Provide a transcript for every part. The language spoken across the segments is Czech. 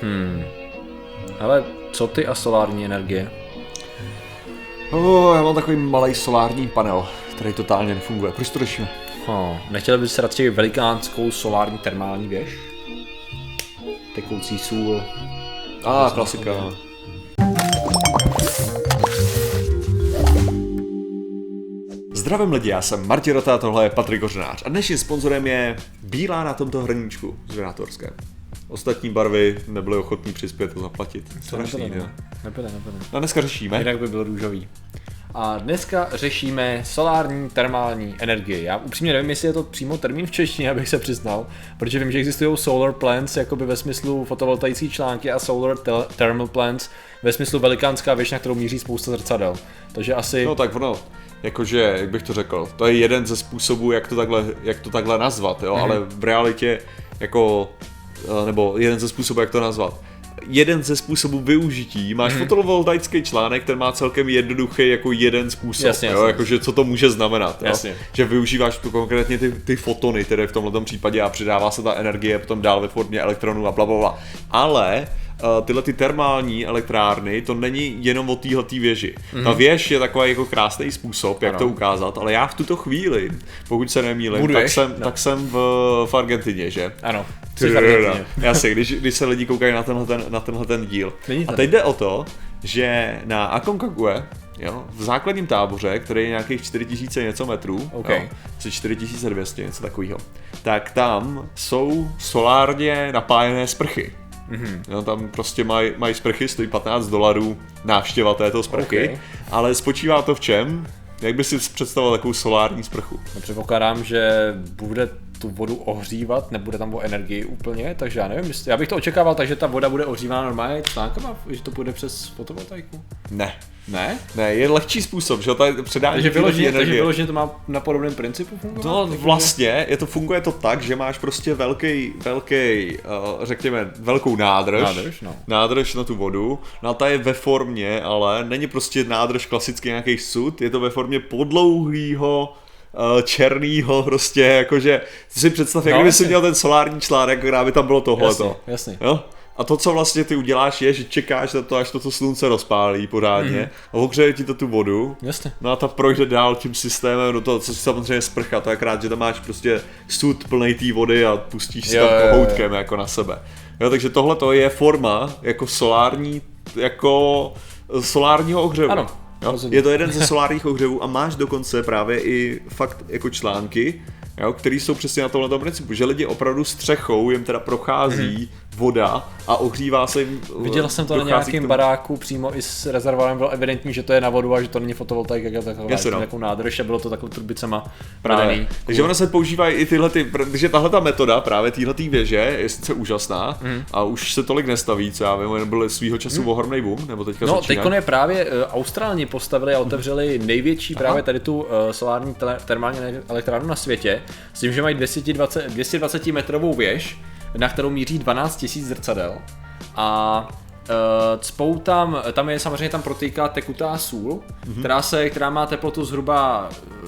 Ale co ty a solární energie? Já mám takový malý solární panel, který totálně nefunguje. Proč to řešíme? Nechtěl bys radši velikánskou solární termální věž? Tekoucí sůl. Klasika. Zdravím lidi, já jsem Martin Rota, tohle je Patrik Kořenář a dnešním sponzorem je bílá na tomto hrníčku z Věnátorské. Ostatní barvy nebyly ochotní přispět a zaplatit. Nebyly. A dneska řešíme. Jinak by byl růžový. A dneska řešíme solární termální energii. Já upřímně nevím, jestli je to přímo termín v češtině, abych se přiznal, protože vím, že existují solar plants jakoby ve smyslu fotovoltaické články a solar thermal plants ve smyslu velikánská věž, na kterou míří spousta zrcadel. Takže asi... No tak ono, jakože, jak bych to řekl, to je jeden ze způsobů, jak to takhle nazvat, jo, ale v realitě jako, nebo jeden ze způsobů, jak to nazvat. Jeden ze způsobů využití, máš fotovoltaický článek, ten má celkem jednoduchý jako jeden způsob, jasně. Jakože co to může znamenat, jo? Že využíváš konkrétně ty fotony, tedy v tomto případě a přidává se ta energie potom dál ve formě elektronů a blablabla. Ale tyhle ty termální elektrárny, to není jenom o téhletý věži. Ta věž je takový jako krásný způsob, jak to ukázat, ale já v tuto chvíli, pokud se nemýlím, tak jsem v Argentině, že? Ano. Jasně, když se lidi koukají na tenhle ten díl. A teď jde o to, že na Aconcagua, jo, v základním táboře, který je nějakých 4000 něco metrů, jo, 4200, něco takového, tak tam jsou solárně napájené sprchy. Jo, tam prostě mají sprchy, stojí $15 návštěva této sprchy, ale spočívá to v čem? Jak by si představoval takovou solární sprchu? Předpokládám, že bude tu vodu ohřívat, nebude tam o energii úplně, takže já nevím, já bych to očekával tak, že ta voda bude ohřívána normálně článkama, že to půjde přes fotovoltaiku. Ne, je lehčí způsob, že tady předání takže vyloženě to má na podobném principu fungovat? No vlastně, funguje to tak, že máš prostě velký, řekněme, velkou nádrž na tu vodu, no a ta je ve formě, ale není prostě nádrž klasicky nějaký sud, je to ve formě podlouhýho, černýho prostě, jakože si představ, jak kdyby si měl ten solární článek, která by tam bylo tohleto. Jasně. Jo? A to, co vlastně ty uděláš, je, že čekáš na to, až to slunce rozpálí pořádně a ohřeje ti to tu vodu. Jasně. No a ta projde dál tím systémem do toho, co si samozřejmě sprcha, to je krát, že tam máš prostě sud plnej té vody a pustíš si tam kohoutkem jako na sebe. Jo, takže tohle je forma jako solárního ohřevu. Ano. Jo? Je to jeden ze solárních ohřevů a máš dokonce právě i fakt jako články, jo, který jsou přesně na tomhle principu, že lidi opravdu střechou jim teda prochází voda a ohřívá se jim. Viděl jsem to na nějakém baráku přímo i s rezervoárem, bylo evidentní, že to je na vodu a že to není fotovoltaika, takovou nádrž a bylo to takhle trubicema pravený. Takže ona se používají i protože tahle metoda právě téhletý věže je sice úžasná a už se tolik nestaví, co já vím, byl svýho času ohromnej boom, nebo teďka začíná. Teďkon je právě Australani postavili a otevřeli největší právě tady tu solární termální elektrárnu na světě, s tím, že mají 220 metrovou věž, na kterou míří 12 000 zrcadel a cpou tam je samozřejmě tam protýká tekutá sůl, která má teplotu zhruba,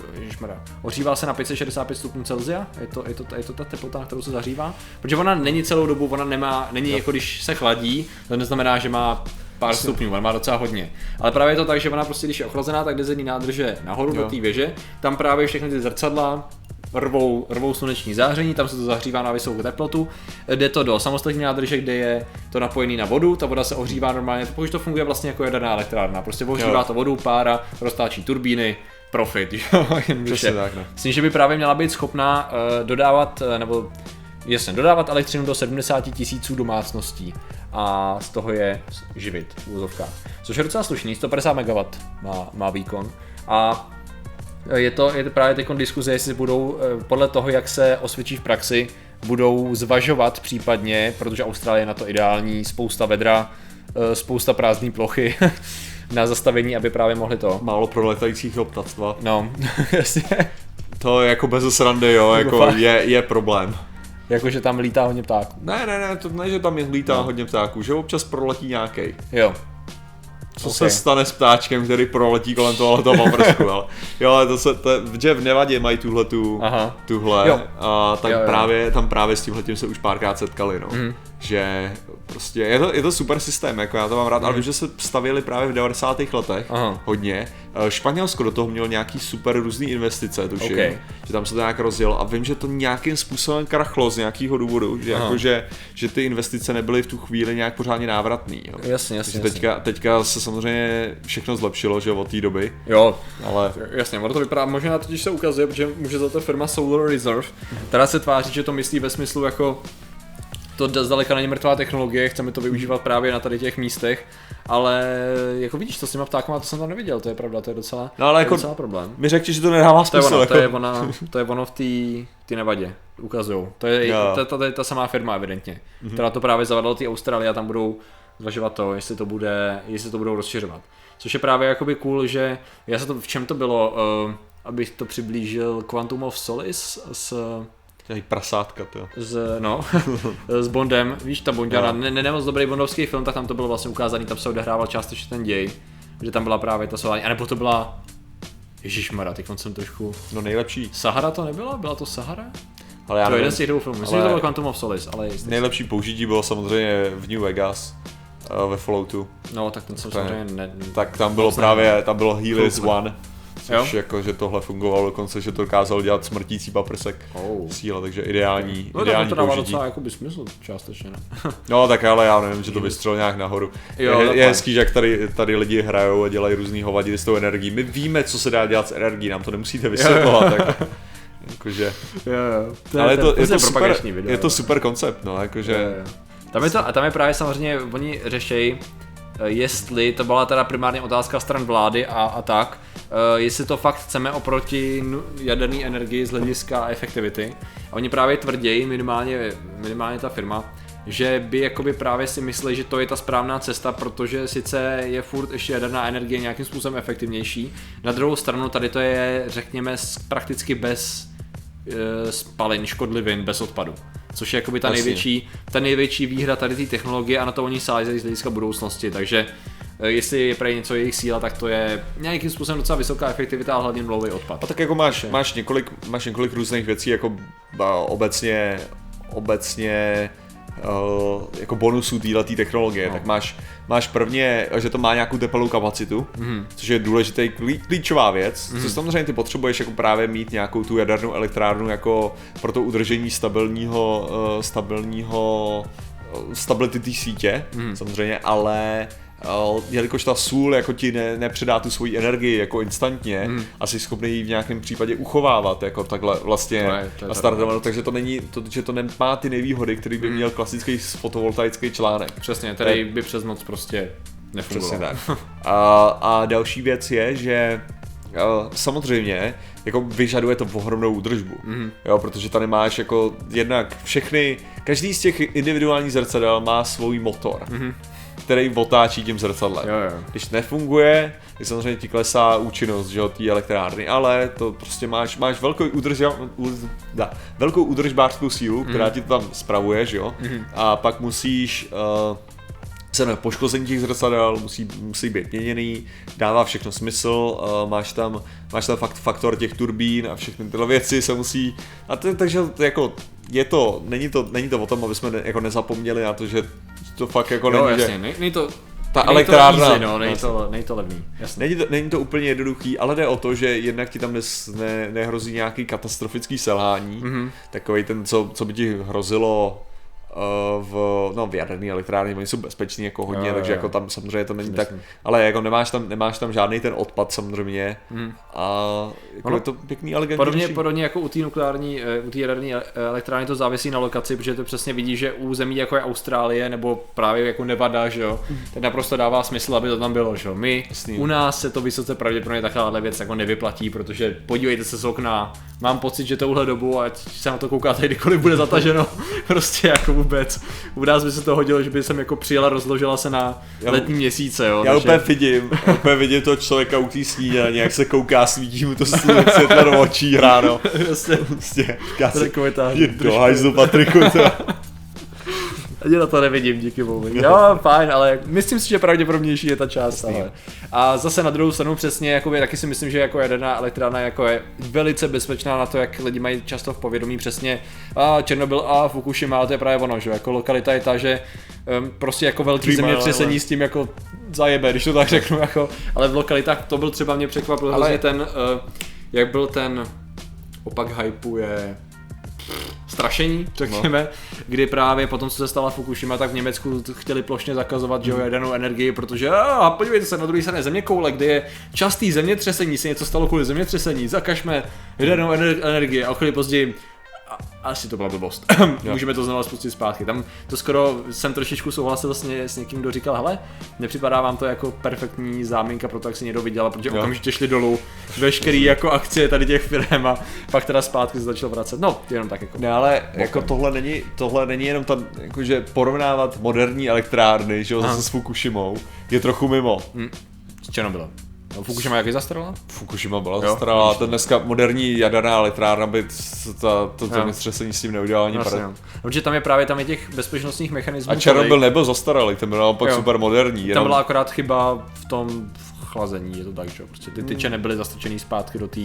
ohřívá se na 565 stupňů Celsia, je to ta teplota, na kterou se zahřívá, protože ona není celou dobu, není jako když se chladí, to neznamená, že má pár stupňů, ona má docela hodně. Ale právě je to tak, že ona prostě, když je ochlazená, tak jde z jedné nádrže nahoru do té věže, tam právě všechny ty zrcadla rvou sluneční záření, tam se to zahřívá na vysokou teplotu, jde to do samostatné nádrže, kde je to napojený na vodu, ta voda se ohřívá normálně, protože to funguje vlastně jako jaderná elektrárna, prostě ohřívá to vodu, pára, roztáčí turbíny, profit, Přesně tak, ne. Myslím, že by právě měla být schopná dodávat dodávat elektřinu do 70 000 domácností a z toho je živit v úzovkách. Což je docela slušný, 150 MW má výkon a je to právě teď diskuze, jestli budou podle toho, jak se osvědčí v praxi, budou zvažovat případně, protože Austrálie je na to ideální, spousta vedra, spousta prázdné plochy na zastavení, aby právě mohli to. Málo proletajících ptactva. No, jasně. To je jako bez srandy, jo, jako je problém. Jakože tam lítá hodně ptáků. Ne, to ne, že tam lítá hodně ptáků, že občas proletí nějakej. Jo. Co se stane s ptáčkem, který proletí kolem tohoto paprsku, ale jo, ale že v Nevadě mají tuhle jo. a tak tam právě s tímhletím se už párkrát setkali, no. že prostě je to super systém, jako já to mám rád, ale vím, že se stavěli právě v 90. letech hodně. Španělsko do toho mělo nějaký super různý investice, tuším, že tam se to nějak rozjelo a vím, že to nějakým způsobem krachlo z nějakého důvodu, že, jako, že ty investice nebyly v tu chvíli nějak pořádně návratný. Jo. Jasně. Teďka se samozřejmě všechno zlepšilo, že od té doby. Jo, ale jasně, ono to vypadá, možná totiž se ukazuje, protože může za to firma Solar Reserve, která se tváří, že to myslí ve smyslu jako to zdaleka není mrtvá technologie, chceme to využívat právě na tady těch místech, ale jako vidíš, to s těma ptákama, to jsem tam neviděl, to je pravda, to je docela, docela problém. Mi řekni, že to nedává smysl. To je ono v té Nevadě, ukazujou. To je ta samá firma evidentně, která to právě zavadla do té Austrálie a tam budou zvažovat to, jestli to budou rozšiřovat. Což je právě jakoby cool, že v čem to bylo, abych to přiblížil, Quantum of Solace prasátka, to. S Bondem, víš, ta Bondiana, ne moc dobrý bondovský film, tak tam to bylo vlastně ukázaný, tam se odehrával částečně ten děj, že tam byla právě ta solární, anebo to byla, ježišmarja, teď jsem trošku... No nejlepší. Sahara to nebyla? Byla to Sahara? Ale já to je jeden z těch dvou filmů, myslím, že to byl Quantum of Solace, ale nejlepší použití bylo samozřejmě v New Vegas, ve Falloutu. No, tak ten jsem samozřejmě tak tam bylo tam bylo Helios One. Což jako, že tohle fungovalo dokonce, že to dokázalo dělat smrtící paprsek síla, takže ideální tak to dává docela jakoby smysl částečně, ne? No tak ale já nevím, že to vystřelil nějak nahoru. Je hezký, že jak tady lidi hrajou a dělají různý hovadiny s tou energií. My víme, co se dá dělat s energií, nám to nemusíte vysvětlovat. Tak, jakože, ale je to super koncept, no, jakože... Tam je právě samozřejmě, oni řešejí, jestli to byla teda primárně otázka stran vlády a tak, jestli to fakt chceme oproti jaderné energii z hlediska efektivity. A oni právě tvrdí, minimálně ta firma, že by jakoby právě si mysleli, že to je ta správná cesta, protože sice je furt ještě jaderná energie nějakým způsobem efektivnější. Na druhou stranu tady to je, řekněme, prakticky bez spalin, škodlivin, bez odpadu. Což je jakoby ta největší výhra tady té technologie a na to oni sázejí z hlediska budoucnosti, takže jestli je pro něco jejich síla, tak to je nějakým způsobem docela vysoká efektivita a hlavně nulový odpad. A tak jako máš několik různých věcí, jako obecně jako bonusů této technologie, tak máš prvně, že to má nějakou tepelnou kapacitu, což je důležitý klíčová věc, což samozřejmě ty potřebuješ jako právě mít nějakou tu jadernou elektrárnu jako pro to udržení stability té sítě, samozřejmě, ale jelikož ta sůl jako ti nepředá tu svoji energii jako instantně a jsi schopný ji v nějakém případě uchovávat jako takhle vlastně a startovat, takže to nemá ty nevýhody, který by měl klasický fotovoltaický článek. Přesně, který by přes noc prostě nefungoval. Přesně tak. A další věc je, že samozřejmě jako vyžaduje to ohromnou údržbu, jo, protože tady máš jako jednak každý z těch individuálních zrcadel má svůj motor, který otáčí tím zrcadlem. Jo. Když nefunguje, tak samozřejmě ti klesá účinnost, že, té elektrárny, ale to prostě máš velkou údržbářskou sílu, která ti to tam spravuje, že jo, a pak musíš poškození těch zrcadel musí být měněný, dává všechno smysl, máš tam faktor těch turbín a všechny tyhle věci se musí, takže jako není to o tom, aby jsme jako nezapomněli na to, že to fakt jako není, jasně, není to ta elektrárna, není to levný. Není to úplně jednoduchý, ale jde o to, že jednak ti tam nehrozí nějaký katastrofický selhání, takovej ten, co by ti hrozilo v jaderné elektrárně, oni jsou bezpeční jako hodně, takže jako tam samozřejmě to není tak, ale jako nemáš tam žádný ten odpad samozřejmě a jako je to pěkný, elegantní. Podobně jako u té jaderné elektrárny to závisí na lokaci, protože to přesně vidí, že u zemí jako je Austrálie nebo právě jako Nevada, že jo, tak naprosto dává smysl, aby to tam bylo, že jo. U nás se to vysoce pravděpodobně takováhle věc jako nevyplatí, protože podívejte se z okna, mám pocit, že touhle dobu, ať se na to koukáte, kdykoliv bude zataženo, prostě jako vůbec. U nás by se to hodilo, že by jsem jako přijela, rozložila se na letní měsíce, jo. Já úplně vidím toho člověka u té snídaně, jak se kouká, svítí mu to světlo do očí ráno. Prostě. Do hajzlu, Patriku. Ani na to nevidím, díky bohu. Jo, fajn, ale myslím si, že pravděpodobnější je ta část. Ale. A zase na druhou stranu přesně, jakoby, taky si myslím, že jako jaderná elektrárna jako je velice bezpečná na to, jak lidi mají často v povědomí přesně Černobyl a Fukushima, to je právě ono, že jako lokalita je ta, že prostě jako velký zemětřesení s tím jako zajebe, když to tak řeknu, jako, ale v lokalitách to byl třeba mě překvapil hrozně ten, jak byl ten opak hypeu je strašení, řekněme, kdy právě potom, co se stala Fukushima, tak v Německu chtěli plošně zakazovat jadernou energii, protože podívejte se na druhé straně zeměkoule, kde je častý zemětřesení, se něco stalo kvůli zemětřesení, zakažme jadernou energii a o chvíli později asi to byla blbost. Můžeme to znovu spustit zpátky. Tam to skoro jsem trošičku souhlasil s někým, kdo říkal, hele, nepřipadá vám to jako perfektní záminka pro to, jak si někdo vydělal, protože okamžitě šli dolů veškerý jako akcie tady těch firm a pak teda zpátky se začalo vracet. No, jenom tak jako. Ne, ale jako tohle není jenom tam, jakože porovnávat moderní elektrárny, že jo, zase s Fukushimou, je trochu mimo. S Černobylem. No, Fukushima jak je zastarala? Fukushima byla zastarala, to dneska moderní jaderná elektrárna by to zemětřesení s tím neudělala ani pár. Protože tam je právě těch bezpečnostních mechanismů. A Černobyl nebyl zastaralý, ten byl naopak super moderní. Tam byla akorát chyba v tom chlazení, je to tak, že prostě ty tyče nebyly zastrčený zpátky do té...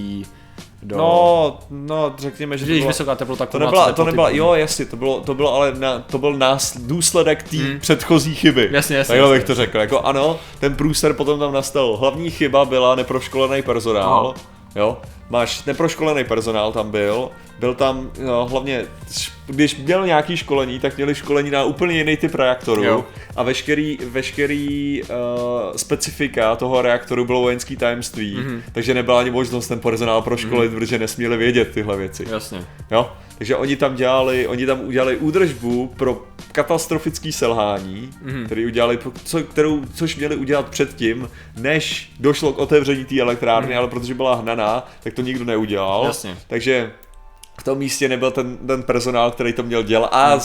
No, řekněme, že když vysoká teplota, to nebyla, jo, jasně, to bylo ale to byl důsledek té předchozí chyby. Jasně. Takhle bych to řekl, jako ano, ten průser potom tam nastal. Hlavní chyba byla neproškolený personál, jo. Máš neproškolený personál tam byl tam hlavně, když měl nějaký školení, tak měli školení na úplně jiný typ reaktoru a veškerý specifika toho reaktoru bylo vojenský tajemství, takže nebyla ani možnost ten personál proškolit, protože nesměli vědět tyhle věci. Jasně. Jo? Takže oni tam udělali údržbu pro katastrofický selhání, který udělali, což měli udělat předtím, než došlo k otevření té elektrárny, ale protože byla hnaná, tak to nikdo neudělal. Jasně. Takže v tom místě nebyl ten personál, který to měl dělat. A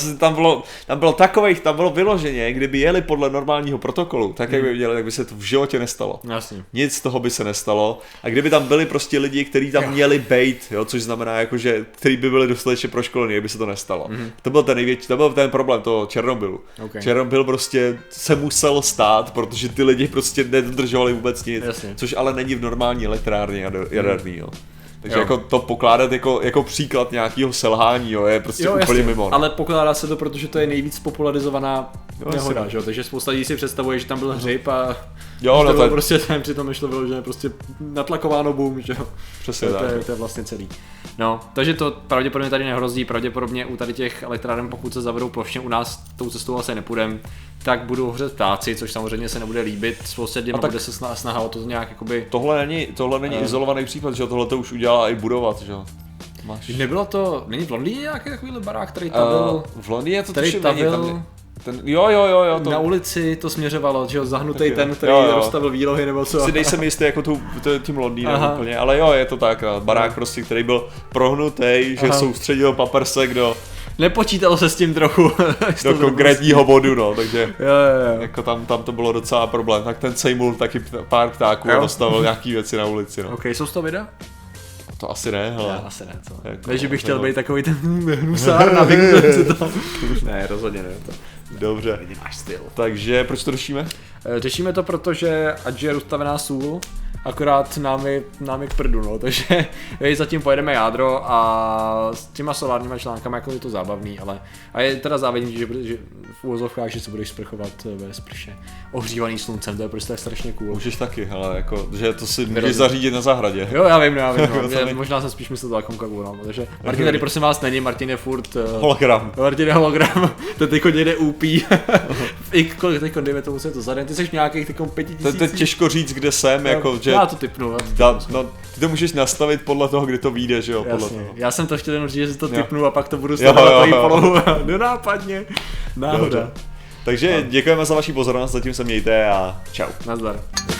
tam bylo vyloženě, kdyby jeli podle normálního protokolu, tak jak by dělali, tak by se to v životě nestalo. Jasně. Nic z toho by se nestalo. A kdyby tam byli prostě lidi, kteří tam měli bejt, jo, což znamená, jako, že kteří by byli dostatečně proškolení, by se to nestalo. To byl ten problém toho Černobylu. Černobyl prostě se musel stát, protože ty lidi prostě nedodržovali vůbec nic, což ale není v normální elektrárně jaderný. Takže jako to pokládat jako příklad nějakého selhání, je prostě úplně mimo. Ale pokládá se to, protože to je nejvíc popularizovaná nehoda, že jo? Takže spousta lidí si představuje, že tam byl hřib a to bylo prostě tam přitom šlo vyložené prostě natlakováno boom, že jo? Přesně to je vlastně celý. No, takže to pravděpodobně tady nehrozí, pravděpodobně u tady těch elektráren, pokud se zavedou plošně, u nás tou cestou asi nepůjdem, tak budou hořet ptáci, což samozřejmě se nebude líbit, spousta lidí bude se snaha o to nějak jakoby... Tohle není izolovaný případ, že tohle to už udělala i budovat, že jo? Nebylo to, není v Londýně nějaký takovýhle barák, který tam byl? V Londýně to tuším není, tam jo. Na ulici to směřovalo, že jo, zahnutej ten, který rozstavil výlohy nebo co. Si nejsem jistý jako tím Londýnem úplně, ale je to tak, barák prostě, který byl prohnutý, že soustředil paprsek do... Nepočítalo se s tím trochu. Do konkrétního bodu, takže jo. Jako tam to bylo docela problém. Tak ten sejmul taky pár ptáků a dostavil nějaký věci na ulici. Ok, jsou z toho videa? To asi ne, hele. Asi ne, co? Jako, ne, že bych chtěl být takový ten hnusár na Viktor. Ne, rozhodně ne. Dobře. Máš styl. Takže proč to řešíme? Řešíme to, protože ať je rozstavená sůl, akorát nám je k prdu, takže zatím pojedeme jádro a s těma solárníma článkama jako je to zábavný, ale a je teda závidný, že v úvozovkách, že se budeš sprchovat ve sprše ohřívaný sluncem, to je prostě strašně cool. Můžeš taky, hele, jako, že to si můžeš zařídit na zahradě. Jo, já vím, možná jsem spíš myslel to Aconcagua, takže Martin tady prosím vás není, Martin je furt hologram. Martin je hologram, ten teďko někde úpí. Kolik teďko, dejme tomu se to za den, ty jsi nějakých 5000. To je těžko říct, kde jsem, jako, že... Já to tipnu. Ty to můžeš nastavit podle toho, kdy to vyjde, že jo? Podle toho. Já jsem to chtěl jen říct, že si to tipnu a pak to budu stavit na tvojí polohu. Nenápadně. Náhoda. Takže děkujeme za vaši pozornost, zatím se mějte a čau. Nazdar.